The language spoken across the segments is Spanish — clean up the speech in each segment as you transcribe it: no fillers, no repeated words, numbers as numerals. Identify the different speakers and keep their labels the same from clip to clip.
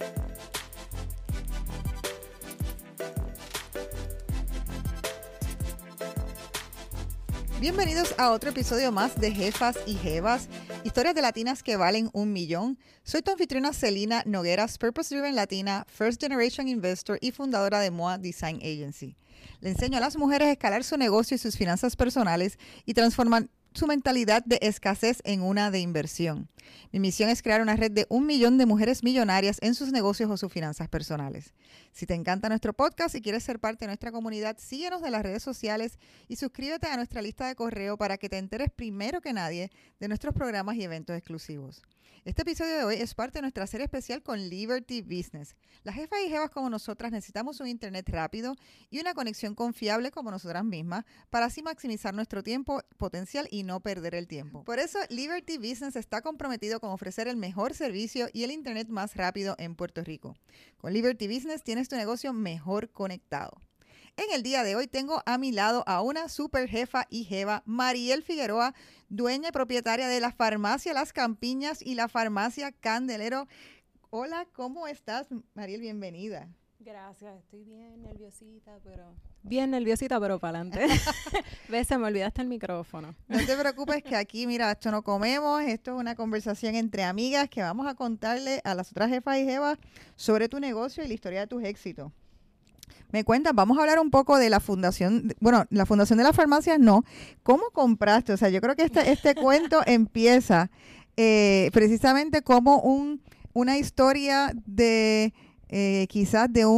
Speaker 1: Bienvenidos a otro episodio más de Jefas y Jevas, historias de latinas que valen $1,000,000. Soy tu anfitriona Celina Nogueras, Purpose Driven Latina, First Generation Investor y fundadora de MOA Design Agency. Le enseño a las mujeres a escalar su negocio y sus finanzas personales y transformar su mentalidad de escasez en una de inversión. Mi misión es crear una red de 1,000,000 de mujeres millonarias en sus negocios o sus finanzas personales. Si te encanta nuestro podcast y quieres ser parte de nuestra comunidad, síguenos en las redes sociales y suscríbete a nuestra lista de correo para que te enteres primero que nadie de nuestros programas y eventos exclusivos. Este episodio de hoy es parte de nuestra serie especial con Liberty Business. Las jefas y jevas como nosotras necesitamos un internet rápido y una conexión confiable como nosotras mismas para así maximizar nuestro tiempo potencial y no perder el tiempo. Por eso, Liberty Business está comprometido con ofrecer el mejor servicio y el internet más rápido en Puerto Rico. Con Liberty Business tienes tu negocio mejor conectado. En el día de hoy tengo a mi lado a una super jefa y jeva, Mariel Figueroa, dueña y propietaria de la farmacia Las Campiñas y la farmacia Candelero. Hola, ¿cómo estás, Mariel? Bienvenida.
Speaker 2: Gracias, estoy bien nerviosita, pero para adelante. Ves, se me olvida hasta el micrófono.
Speaker 1: No te preocupes que aquí, mira, esto no comemos, esto es una conversación entre amigas que vamos a contarle a las otras jefas y jevas sobre tu negocio y la historia de tus éxitos. Me cuentas, vamos a hablar un poco de la fundación, bueno, la fundación de las farmacias no. ¿Cómo compraste? O sea, yo creo que este cuento empieza precisamente como una historia de quizás de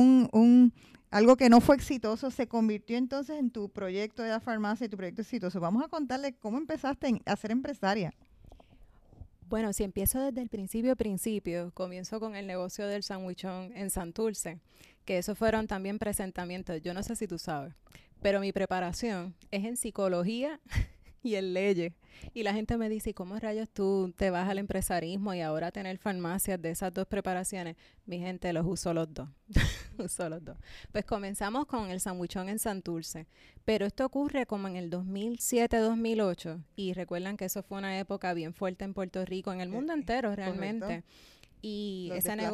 Speaker 1: algo que no fue exitoso, se convirtió entonces en tu proyecto de la farmacia y tu proyecto exitoso. Vamos a contarle cómo empezaste a ser empresaria.
Speaker 2: Bueno, si empiezo desde el principio, comienzo con el negocio del sandwichón en Santurce, que esos fueron también presentamientos. Yo no sé si tú sabes, pero mi preparación es en psicología y en leyes. Y la gente me dice, ¿y cómo rayos tú te vas al empresarismo y ahora tener farmacias de esas dos preparaciones? Mi gente, los uso los dos. Uso los dos. Pues comenzamos con el sandwichón en Santurce. Pero esto ocurre como en el 2007-2008. Y recuerdan que eso fue una época bien fuerte en Puerto Rico, en el mundo entero realmente.
Speaker 1: Correcto.
Speaker 2: Y
Speaker 1: Los
Speaker 2: ese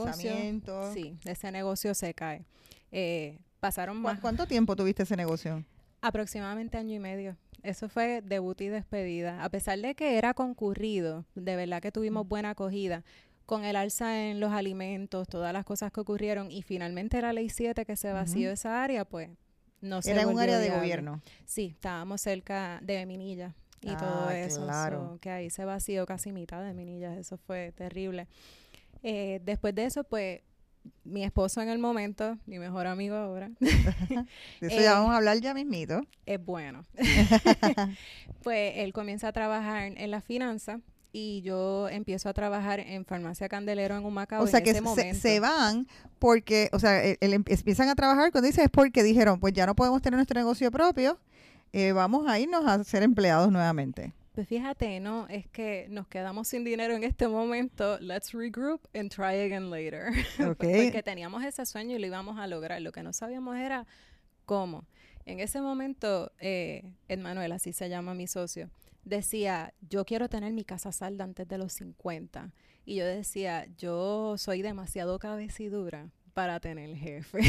Speaker 2: negocio se cae. Pasaron más.
Speaker 1: ¿Cuánto tiempo tuviste ese negocio?
Speaker 2: Aproximadamente 1 año y medio. Eso fue debut y despedida. A pesar de que era concurrido, de verdad que tuvimos buena acogida, con el alza en los alimentos, todas las cosas que ocurrieron, y finalmente la Ley 7 que se vació esa área, pues no se
Speaker 1: Era
Speaker 2: volvió
Speaker 1: un área de
Speaker 2: viable.
Speaker 1: Gobierno.
Speaker 2: Sí, estábamos cerca de Minilla y todo eso.
Speaker 1: Claro.
Speaker 2: Que ahí se vació casi mitad de Minilla. Eso fue terrible. Después de eso, pues, mi esposo en el momento, mi mejor amigo ahora.
Speaker 1: De eso ya vamos a hablar ya mismito.
Speaker 2: Es bueno. Pues él comienza a trabajar en la finanza y yo empiezo a trabajar en Farmacia Candelero en Humacao.
Speaker 1: O sea
Speaker 2: en
Speaker 1: que
Speaker 2: ese momento.
Speaker 1: se van porque, o sea, empiezan a trabajar, cuando dices es porque dijeron, pues ya no podemos tener nuestro negocio propio, vamos a irnos a ser empleados nuevamente.
Speaker 2: Pues fíjate, no, es que nos quedamos sin dinero en este momento. Let's regroup and try again later.
Speaker 1: Okay.
Speaker 2: Porque teníamos ese sueño y lo íbamos a lograr. Lo que no sabíamos era cómo. En ese momento, Edmanuel, así se llama mi socio, decía, yo quiero tener mi casa salda antes de los 50. Y yo decía, yo soy demasiado cabecidura para tener jefe.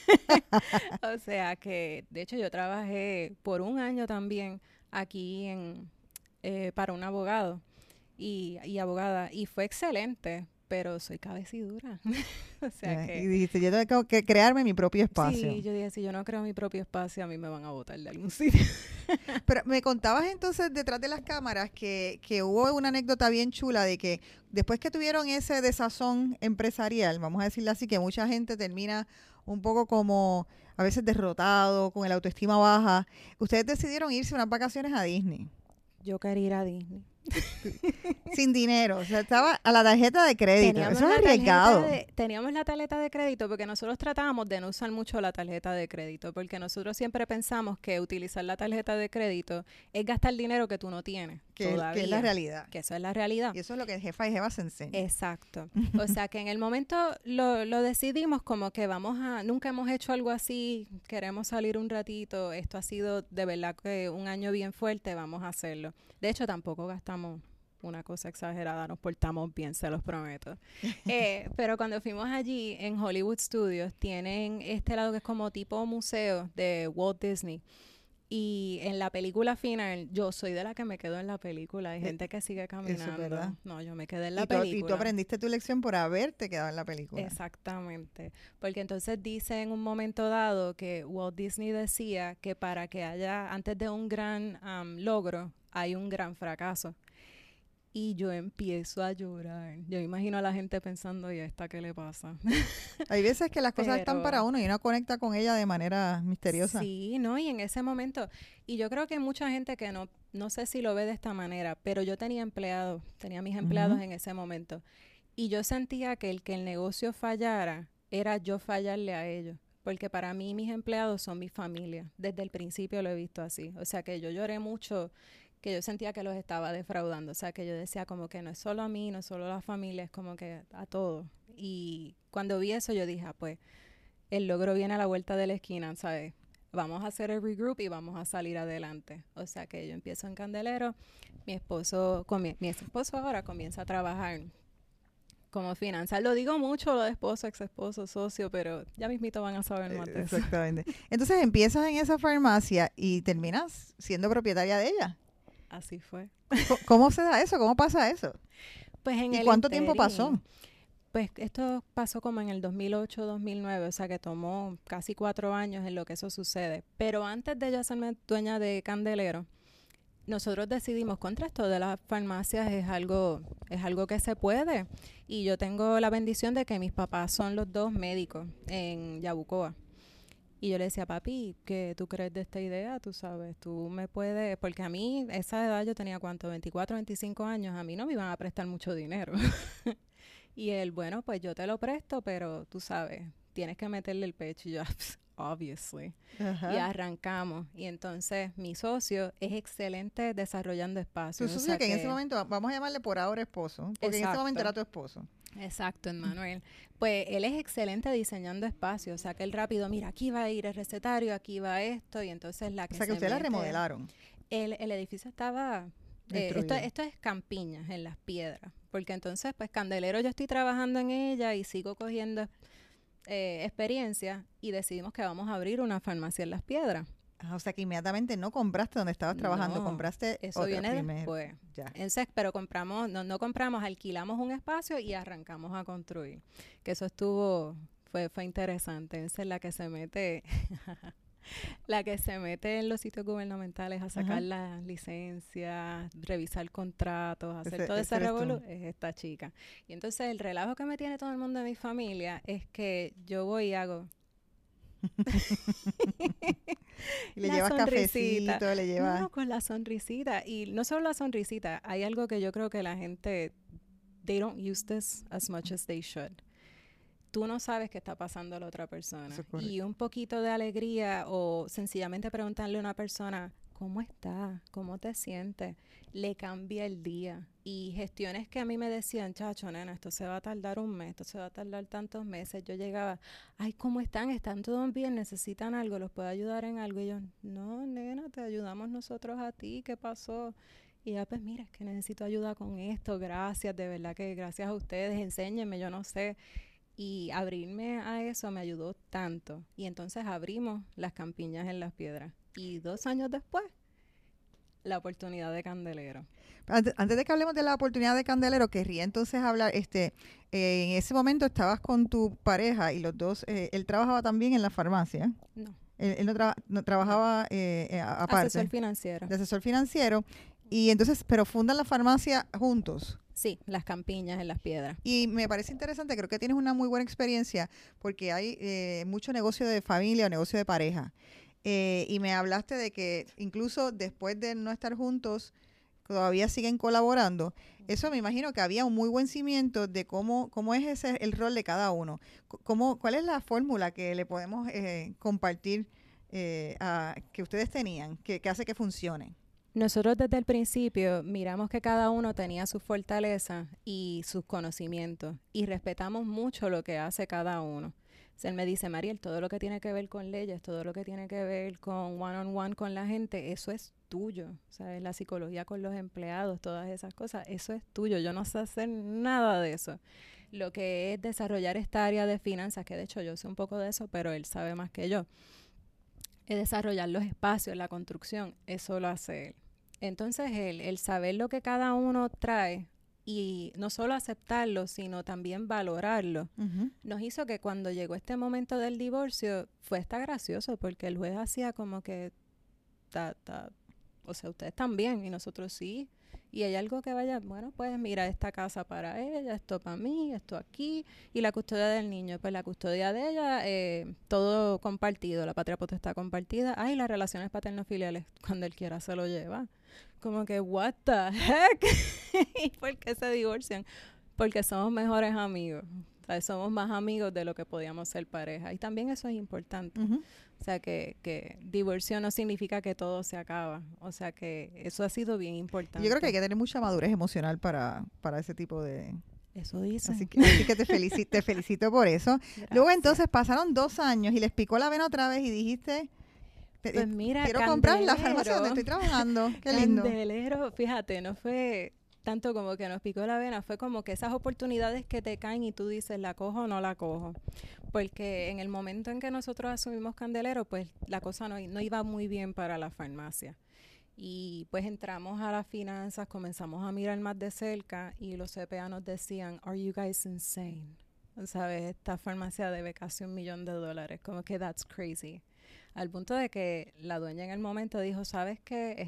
Speaker 2: O sea que, de hecho, yo trabajé por 1 año también aquí para un abogado y abogada, y fue excelente, pero soy cabecidura. O sea que...
Speaker 1: Y dijiste, yo tengo que crearme mi propio espacio.
Speaker 2: Sí, yo dije, si yo no creo mi propio espacio, a mí me van a botar de algún sitio.
Speaker 1: Pero me contabas entonces detrás de las cámaras que hubo una anécdota bien chula de que después que tuvieron ese desazón empresarial, vamos a decirlo así, que mucha gente termina un poco como a veces derrotado, con el autoestima baja, ustedes decidieron irse unas vacaciones a Disney.
Speaker 2: Yo quería ir a Disney.
Speaker 1: Sin dinero, o sea, estaba a la tarjeta de crédito. Eso es arriesgado.
Speaker 2: Teníamos la tarjeta de crédito porque nosotros tratábamos de no usar mucho la tarjeta de crédito, porque nosotros siempre pensamos que utilizar la tarjeta de crédito es gastar dinero que tú no tienes todavía.
Speaker 1: Que es la realidad.
Speaker 2: Que eso es la realidad.
Speaker 1: Y eso es lo que jefa y jeva se enseña.
Speaker 2: Exacto. O sea, que en el momento lo decidimos como que nunca hemos hecho algo así, queremos salir un ratito, esto ha sido de verdad que un año bien fuerte, vamos a hacerlo. De hecho, tampoco gastamos una cosa exagerada, nos portamos bien, se los prometo. Pero cuando fuimos allí, en Hollywood Studios, tienen este lado que es como tipo museo de Walt Disney. Y en la película final, yo soy de la que me quedo en la película. Hay gente que sigue caminando.
Speaker 1: Eso es verdad.
Speaker 2: No, yo me quedé en la
Speaker 1: Y
Speaker 2: película.
Speaker 1: tú aprendiste tu lección por haberte quedado en la película.
Speaker 2: Exactamente. Porque entonces dice en un momento dado que Walt Disney decía que para que haya, antes de un gran logro, hay un gran fracaso. Y yo empiezo a llorar. Yo imagino a la gente pensando, ¿y a esta qué le pasa?
Speaker 1: Hay veces que las cosas están
Speaker 2: Pero
Speaker 1: para uno y uno conecta con ella de manera misteriosa.
Speaker 2: sí, ¿no? Y en ese momento, y yo creo que hay mucha gente que no sé si lo ve de esta manera, pero yo tenía mis empleados en ese momento. Y yo sentía que el negocio fallara era yo fallarle a ellos. Porque para mí mis empleados son mi familia. Desde el principio lo he visto así. O sea que yo lloré mucho, que yo sentía que los estaba defraudando. O sea que yo decía como que no es solo a mí, no es solo a la familia, es como que a todos. Y cuando vi eso yo dije, pues el logro viene a la vuelta de la esquina, ¿sabes? Vamos a hacer el regroup y vamos a salir adelante. O sea que yo empiezo en Candelero, mi esposo ahora comienza a trabajar como finanzas. Lo digo mucho, lo de esposo, ex esposo, socio, pero ya mismito van a saber más de eso.
Speaker 1: Exactamente. Entonces empiezas en esa farmacia y terminas siendo propietaria de ella.
Speaker 2: Así fue.
Speaker 1: ¿Cómo se da eso? ¿Cómo pasa eso?
Speaker 2: Pues en
Speaker 1: ¿Y
Speaker 2: el
Speaker 1: cuánto tiempo
Speaker 2: interín,
Speaker 1: pasó?
Speaker 2: Pues esto pasó como en el 2008, 2009, o sea que tomó casi 4 años en lo que eso sucede. Pero antes de yo hacerme dueña de Candelero, nosotros decidimos contra esto de las farmacias es algo que se puede. Y yo tengo la bendición de que mis papás son los dos médicos en Yabucoa. Y yo le decía, papi, ¿qué tú crees de esta idea? Tú sabes, tú me puedes, porque a mí, esa edad yo tenía ¿cuánto? 24, 25 años, a mí no me iban a prestar mucho dinero. Y él, bueno, pues yo te lo presto, pero tú sabes, tienes que meterle el pecho. Y yo, obviously.
Speaker 1: Ajá.
Speaker 2: Y arrancamos. Y entonces mi socio es excelente desarrollando
Speaker 1: Tu
Speaker 2: espacios.
Speaker 1: socio
Speaker 2: O sea
Speaker 1: que en ese momento, vamos a llamarle por ahora esposo, porque en ese momento era tu esposo.
Speaker 2: Exacto, Emmanuel. Pues él es excelente diseñando espacios. O sea, que él rápido, mira, aquí va a ir el recetario, aquí va esto. Y entonces la que
Speaker 1: O sea, que
Speaker 2: se
Speaker 1: ustedes la
Speaker 2: mete,
Speaker 1: remodelaron.
Speaker 2: el edificio estaba...
Speaker 1: Destruido.
Speaker 2: esto es campiñas en las piedras. Porque entonces, pues Candelero yo estoy trabajando en ella y sigo cogiendo experiencia y decidimos que vamos a abrir una farmacia en Las Piedras.
Speaker 1: O sea, que inmediatamente no compraste donde estabas trabajando,
Speaker 2: No,
Speaker 1: compraste
Speaker 2: eso
Speaker 1: otra
Speaker 2: viene
Speaker 1: primero.
Speaker 2: después.
Speaker 1: Ya.
Speaker 2: Entonces, pero compramos, no compramos, alquilamos un espacio y arrancamos a construir. Que eso fue interesante. Esa es la que se mete, la que se mete en los sitios gubernamentales a sacar las licencias, revisar contratos, hacer todo ese revolú, es esta chica. Y entonces el relajo que me tiene todo el mundo de mi familia es que yo voy y hago
Speaker 1: Y le
Speaker 2: la
Speaker 1: llevas
Speaker 2: sonrisita.
Speaker 1: cafecito, le llevas...
Speaker 2: No, con la sonrisita. Y no solo la sonrisita, hay algo que yo creo que la gente, they don't use this as much as they should. Tú no sabes qué está pasando a la otra persona. Y un poquito de alegría o sencillamente preguntarle a una persona, ¿cómo estás? ¿Cómo te sientes? Le cambia el día. Y gestiones que a mí me decían, chacho, nena, esto se va a tardar un mes, esto se va a tardar tantos meses. Yo llegaba, ay, ¿cómo están? ¿Están todos bien? ¿Necesitan algo? ¿Los puedo ayudar en algo? Y yo, no, nena, te ayudamos nosotros a ti. ¿Qué pasó? Y ya, pues mira, es que necesito ayuda con esto. Gracias, de verdad que gracias a ustedes. Enséñenme, yo no sé. Y abrirme a eso me ayudó tanto. Y entonces abrimos las campiñas en Las Piedras. Y 2 años después, la oportunidad de Candelero.
Speaker 1: Antes de que hablemos de la oportunidad de Candelero, querría entonces hablar, en ese momento estabas con tu pareja y los dos, él trabajaba también en la farmacia.
Speaker 2: No.
Speaker 1: Él no trabajaba aparte.
Speaker 2: Asesor financiero.
Speaker 1: De asesor financiero. Y entonces, pero fundan la farmacia juntos.
Speaker 2: Sí, las campiñas en Las Piedras.
Speaker 1: Y me parece interesante, creo que tienes una muy buena experiencia porque hay mucho negocio de familia o negocio de pareja. Y me hablaste de que incluso después de no estar juntos, todavía siguen colaborando. Eso me imagino que había un muy buen cimiento de cómo es ese el rol de cada uno. ¿Cuál es la fórmula que le podemos compartir que ustedes tenían, que hace que funcione?
Speaker 2: Nosotros desde el principio miramos que cada uno tenía su fortaleza y sus conocimientos y respetamos mucho lo que hace cada uno. O sea, él me dice, Mariel, todo lo que tiene que ver con leyes, todo lo que tiene que ver con one-on-one con la gente, eso es tuyo, ¿sabes? La psicología con los empleados, todas esas cosas, eso es tuyo. Yo no sé hacer nada de eso. Lo que es desarrollar esta área de finanzas, que de hecho yo sé un poco de eso, pero él sabe más que yo, es desarrollar los espacios, la construcción, eso lo hace él. Entonces el saber lo que cada uno trae y no solo aceptarlo, sino también valorarlo, nos hizo que cuando llegó este momento del divorcio fue hasta gracioso, porque el juez hacía como que, o sea, ustedes también y nosotros sí. Y hay algo que vaya, bueno, pues mira, esta casa para ella, esto para mí, esto aquí, y la custodia del niño, pues la custodia de ella, todo compartido, la patria potestad compartida. Ay, las relaciones paterno-filiales, cuando él quiera se lo lleva. Como que, what the heck? ¿Y por qué se divorcian? Porque somos mejores amigos. O sea, somos más amigos de lo que podíamos ser pareja. Y también eso es importante. O sea, que divorcio no significa que todo se acaba. O sea, que eso ha sido bien importante.
Speaker 1: Yo creo que hay que tener mucha madurez emocional para ese tipo de...
Speaker 2: Eso dice.
Speaker 1: Así que te felicito por eso. Gracias. Luego entonces pasaron 2 años y les picó la vena otra vez y dijiste...
Speaker 2: Pues mira,
Speaker 1: quiero comprar la farmacia donde estoy trabajando. Qué lindo.
Speaker 2: Candelero, fíjate, no fue tanto como que nos picó la vena, fue como que esas oportunidades que te caen y tú dices, ¿la cojo o no la cojo? Porque en el momento en que nosotros asumimos Candelero, pues la cosa no iba muy bien para la farmacia. Y pues entramos a las finanzas, comenzamos a mirar más de cerca y los CPA nos decían, ¿Are you guys insane? ¿Sabes? Esta farmacia debe casi $1 millón, como que that's crazy. Al punto de que la dueña en el momento dijo, ¿sabes qué?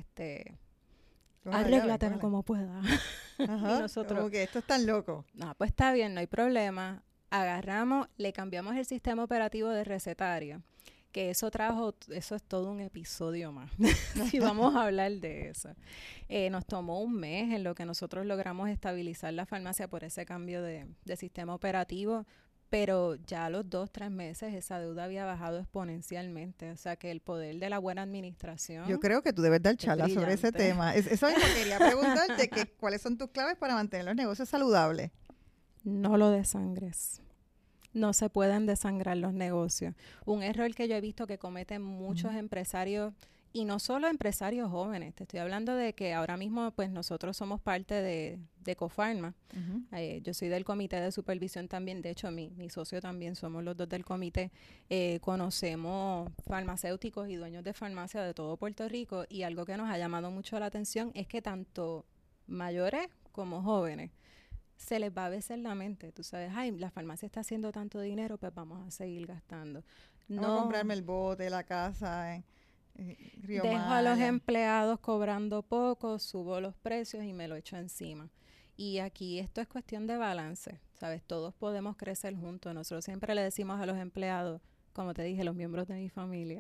Speaker 2: Arréglatelo como pueda.
Speaker 1: Ajá,
Speaker 2: y nosotros,
Speaker 1: como que esto es tan loco.
Speaker 2: No, pues está bien, no hay problema. Agarramos, le cambiamos el sistema operativo de recetario, que eso es todo un episodio más. Si vamos a hablar de eso. Nos tomó un mes en lo que nosotros logramos estabilizar la farmacia por ese cambio de sistema operativo, pero ya a los 2-3 meses esa deuda había bajado exponencialmente. O sea que el poder de la buena administración...
Speaker 1: Yo creo que tú debes dar charla sobre ese tema. Eso mismo quería preguntarte, que ¿cuáles son tus claves para mantener los negocios saludables?
Speaker 2: No lo desangres. No se pueden desangrar los negocios. Un error que yo he visto que cometen muchos empresarios, y no solo empresarios jóvenes, te estoy hablando de que ahora mismo pues nosotros somos parte de Cofarma. Yo soy del comité de supervisión también, de hecho mi socio también, somos los dos del comité. Conocemos farmacéuticos y dueños de farmacia de todo Puerto Rico, y algo que nos ha llamado mucho la atención es que tanto mayores como jóvenes se les va a veces la mente, tú sabes, ay, la farmacia está haciendo tanto dinero, pues vamos a seguir gastando.
Speaker 1: Vamos a comprarme el bote, la casa, Río
Speaker 2: dejo
Speaker 1: Maya.
Speaker 2: a los empleados cobrando poco, subo los precios y me lo echo encima. Y aquí esto es cuestión de balance, ¿sabes? Todos podemos crecer juntos. Nosotros siempre le decimos a los empleados, como te dije, los miembros de mi familia,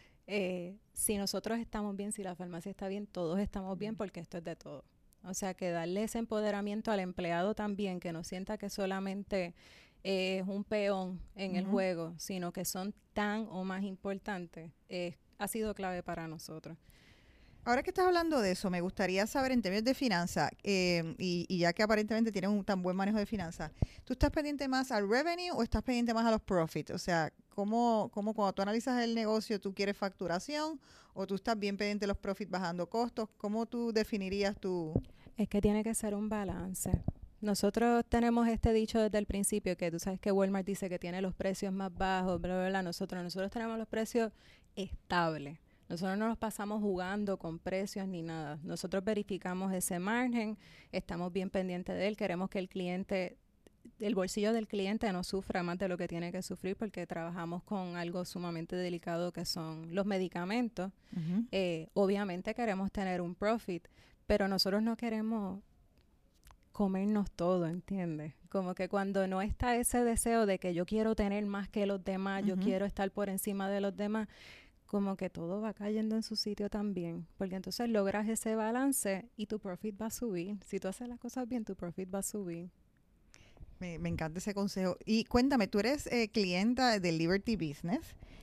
Speaker 2: si nosotros estamos bien, si la farmacia está bien, todos estamos bien, porque esto es de todos. O sea, que darle ese empoderamiento al empleado también, que no sienta que solamente es un peón en el juego, sino que son tan o más importantes, ha sido clave para nosotros.
Speaker 1: Ahora que estás hablando de eso, me gustaría saber en términos de finanzas, y ya que aparentemente tienes un tan buen manejo de finanzas, ¿tú estás pendiente más al revenue o estás pendiente más a los profits? O sea, ¿cómo cuando tú analizas el negocio, tú quieres facturación o tú estás bien pendiente de los profits bajando costos? ¿Cómo tú definirías tu...?
Speaker 2: Es que tiene que ser un balance. Nosotros tenemos este dicho desde el principio, que tú sabes que Walmart dice que tiene los precios más bajos, bla, bla, bla. Nosotros tenemos los precios estables. Nosotros no nos pasamos jugando con precios ni nada. Nosotros verificamos ese margen, estamos bien pendientes de él, queremos que el bolsillo del cliente no sufra más de lo que tiene que sufrir, porque trabajamos con algo sumamente delicado que son los medicamentos. Obviamente queremos tener un profit, pero nosotros no queremos comernos todo, ¿entiendes? Como que cuando no está ese deseo de que yo quiero tener más que los demás, yo quiero estar por encima de los demás, como que todo va cayendo en su sitio también, porque entonces logras ese balance y tu profit va a subir. Si tú haces las cosas bien, tu profit va a subir.
Speaker 1: Me encanta ese consejo. Y cuéntame, tú eres clienta de Liberty Business.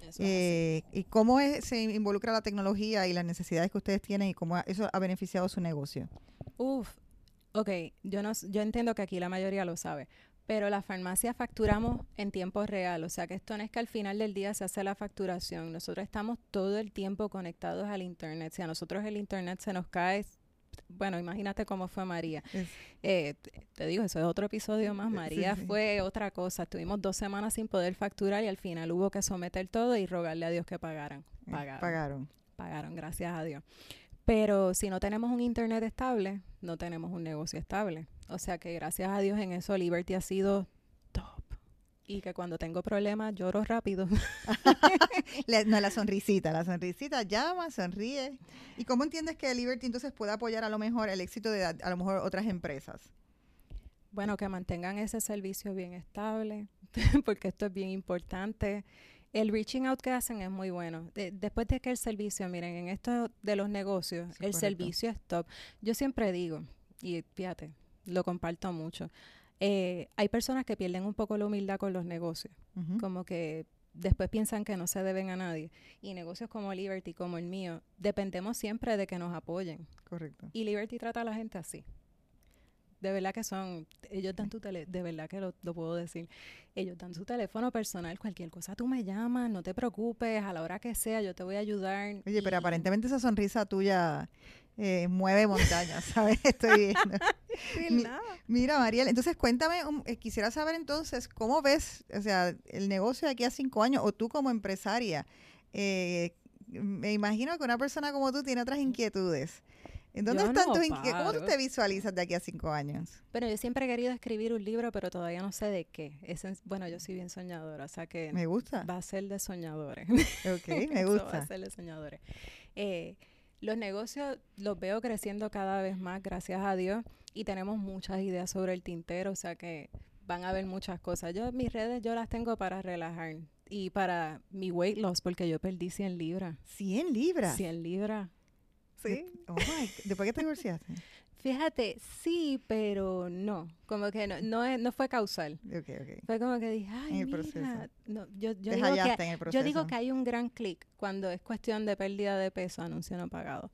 Speaker 1: ¿Y cómo se involucra la tecnología y las necesidades que ustedes tienen y cómo eso ha beneficiado su negocio?
Speaker 2: Ok, yo entiendo que aquí la mayoría lo sabe, Pero la farmacia facturamos en tiempo real, o sea que esto no es que al final del día se hace la facturación. Nosotros estamos todo el tiempo conectados al internet. Si a nosotros el internet se nos cae, bueno, imagínate cómo fue María. Te digo, eso es otro episodio más. María fue otra cosa. Estuvimos 2 semanas sin poder facturar y al final hubo que someter todo y rogarle a Dios que pagaran. Pagaron, gracias a Dios. Pero si no tenemos un internet estable, no tenemos un negocio estable. O sea que gracias a Dios en eso Liberty ha sido top. Y que cuando tengo problemas lloro rápido.
Speaker 1: La sonrisita llama, sonríe. ¿Y cómo entiendes que Liberty entonces puede apoyar a lo mejor el éxito de a lo mejor otras empresas?
Speaker 2: Bueno, que mantengan ese servicio bien estable, porque esto es bien importante. El reaching out que hacen es muy bueno. Después de que el servicio, miren, en esto de los negocios, sí, el correcto. Servicio es top. Yo siempre digo, y fíjate, lo comparto mucho, hay personas que pierden un poco la humildad con los negocios, como que después piensan que no se deben a nadie. Y negocios como Liberty, como el mío, dependemos siempre de que nos apoyen.
Speaker 1: Correcto.
Speaker 2: Y Liberty trata a la gente así. De verdad que ellos dan de verdad que lo puedo decir, ellos dan su teléfono personal, cualquier cosa tú me llamas, no te preocupes, a la hora que sea yo te voy a ayudar.
Speaker 1: Oye, pero aparentemente esa sonrisa tuya mueve montañas, ¿sabes? Estoy viendo. Mira, Mariel, entonces cuéntame, quisiera saber entonces, ¿cómo ves, o sea, el negocio de aquí a 5 años, o tú como empresaria? Me imagino que una persona como tú tiene otras inquietudes. ¿En dónde están tus inquietudes? ¿Cómo tú te visualizas de aquí a 5 años?
Speaker 2: Bueno, yo siempre he querido escribir un libro, pero todavía no sé de qué. Bueno, yo soy bien soñadora, o sea que...
Speaker 1: Me gusta.
Speaker 2: Va a ser de soñadores.
Speaker 1: Ok, me gusta.
Speaker 2: Va a ser de soñadores. Los negocios los veo creciendo cada vez más, gracias a Dios, y tenemos muchas ideas sobre el tintero, o sea que van a haber muchas cosas. Mis redes yo las tengo para relajar y para mi weight loss, porque yo perdí 100 libras.
Speaker 1: ¿100 libras?
Speaker 2: 100 libras. Sí.
Speaker 1: Oh my, ¿después que te divorciaste?
Speaker 2: Fíjate, sí, pero no. Como que no fue causal.
Speaker 1: Okay.
Speaker 2: Fue como que dije, ay,
Speaker 1: en el
Speaker 2: mira.
Speaker 1: Proceso.
Speaker 2: No,
Speaker 1: en el proceso.
Speaker 2: Yo digo que hay un gran clic cuando es cuestión de pérdida de peso, anuncio no pagado.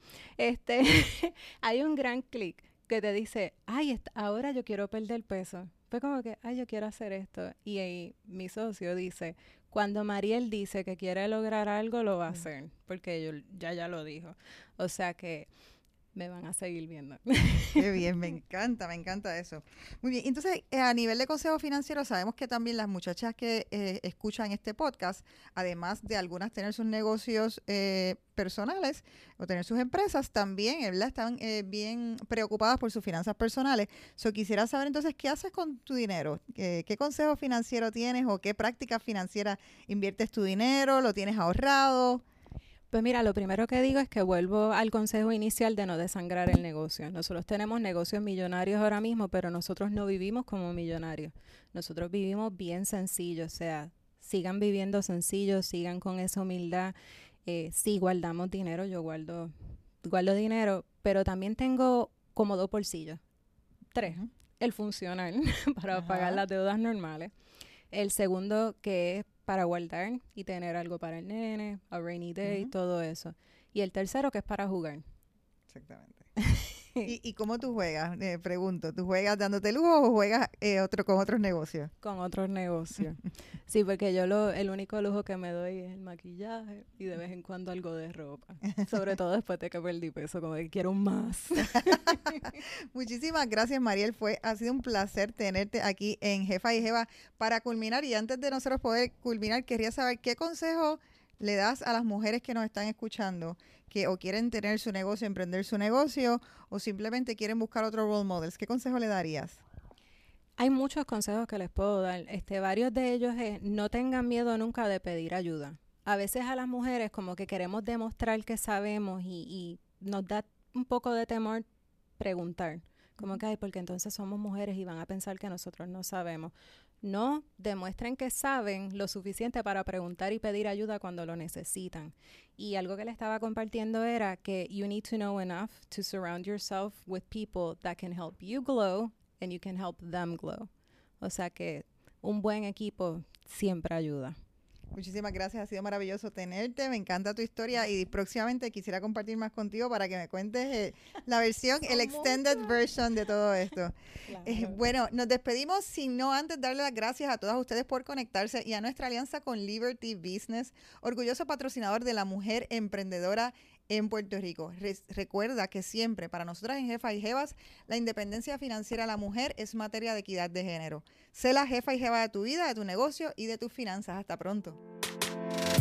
Speaker 2: Hay un gran clic que te dice, ay, ahora yo quiero perder peso. Fue como que, ay, yo quiero hacer esto. Y ahí mi socio dice, cuando Mariel dice que quiere lograr algo, lo va a hacer. Porque ya lo dijo. O sea que me van a seguir viendo.
Speaker 1: Qué bien, me encanta eso. Muy bien, entonces a nivel de consejo financiero sabemos que también las muchachas que escuchan este podcast, además de algunas tener sus negocios personales o tener sus empresas, también ¿verdad? Están bien preocupadas por sus finanzas personales. Quisiera saber entonces qué haces con tu dinero, qué consejo financiero tienes o qué práctica financiera inviertes tu dinero, lo tienes ahorrado.
Speaker 2: Pues mira, lo primero que digo es que vuelvo al consejo inicial de no desangrar el negocio. Nosotros tenemos negocios millonarios ahora mismo, pero nosotros no vivimos como millonarios. Nosotros vivimos bien sencillo, o sea, sigan viviendo sencillo, sigan con esa humildad. Sí, guardamos dinero, yo guardo dinero, pero también tengo como 2 bolsillos. 3, el funcional para pagar las deudas normales. El segundo que es para guardar y tener algo para el nene, a rainy day, todo eso. Y el tercero que es para jugar.
Speaker 1: Exactamente. ¿Y cómo tú juegas? Pregunto, ¿tú juegas dándote lujo o juegas con otros negocios?
Speaker 2: Con otros negocios. Sí, porque yo el único lujo que me doy es el maquillaje y de vez en cuando algo de ropa. Sobre todo después de que perdí peso, como que quiero más.
Speaker 1: Muchísimas gracias, Mariel. Ha sido un placer tenerte aquí en Jefa y Jeva. Para culminar, y antes de nosotros poder culminar, quería saber qué consejo le das a las mujeres que nos están escuchando que o quieren tener su negocio, emprender su negocio o simplemente quieren buscar otro role models. ¿Qué consejo le darías?
Speaker 2: Hay muchos consejos que les puedo dar. Varios de ellos es no tengan miedo nunca de pedir ayuda. A veces a las mujeres como que queremos demostrar que sabemos y nos da un poco de temor preguntar. Como que, porque entonces somos mujeres y van a pensar que nosotros no sabemos. No, demuestren que saben lo suficiente para preguntar y pedir ayuda cuando lo necesitan. Y algo que le estaba compartiendo era que you need to know enough to surround yourself with people that can help you glow and you can help them glow. O sea que un buen equipo siempre ayuda.
Speaker 1: Muchísimas gracias, ha sido maravilloso tenerte, me encanta tu historia y próximamente quisiera compartir más contigo para que me cuentes la versión, el extended version de todo esto.
Speaker 2: Claro.
Speaker 1: Bueno, nos despedimos, sin no antes darle las gracias a todas ustedes por conectarse y a nuestra alianza con Liberty Business, orgulloso patrocinador de la mujer emprendedora en Puerto Rico. Recuerda que siempre para nosotras en Jefas y Jevas, la independencia financiera de la mujer es materia de equidad de género. Sé la jefa y jeva de tu vida, de tu negocio y de tus finanzas. Hasta pronto.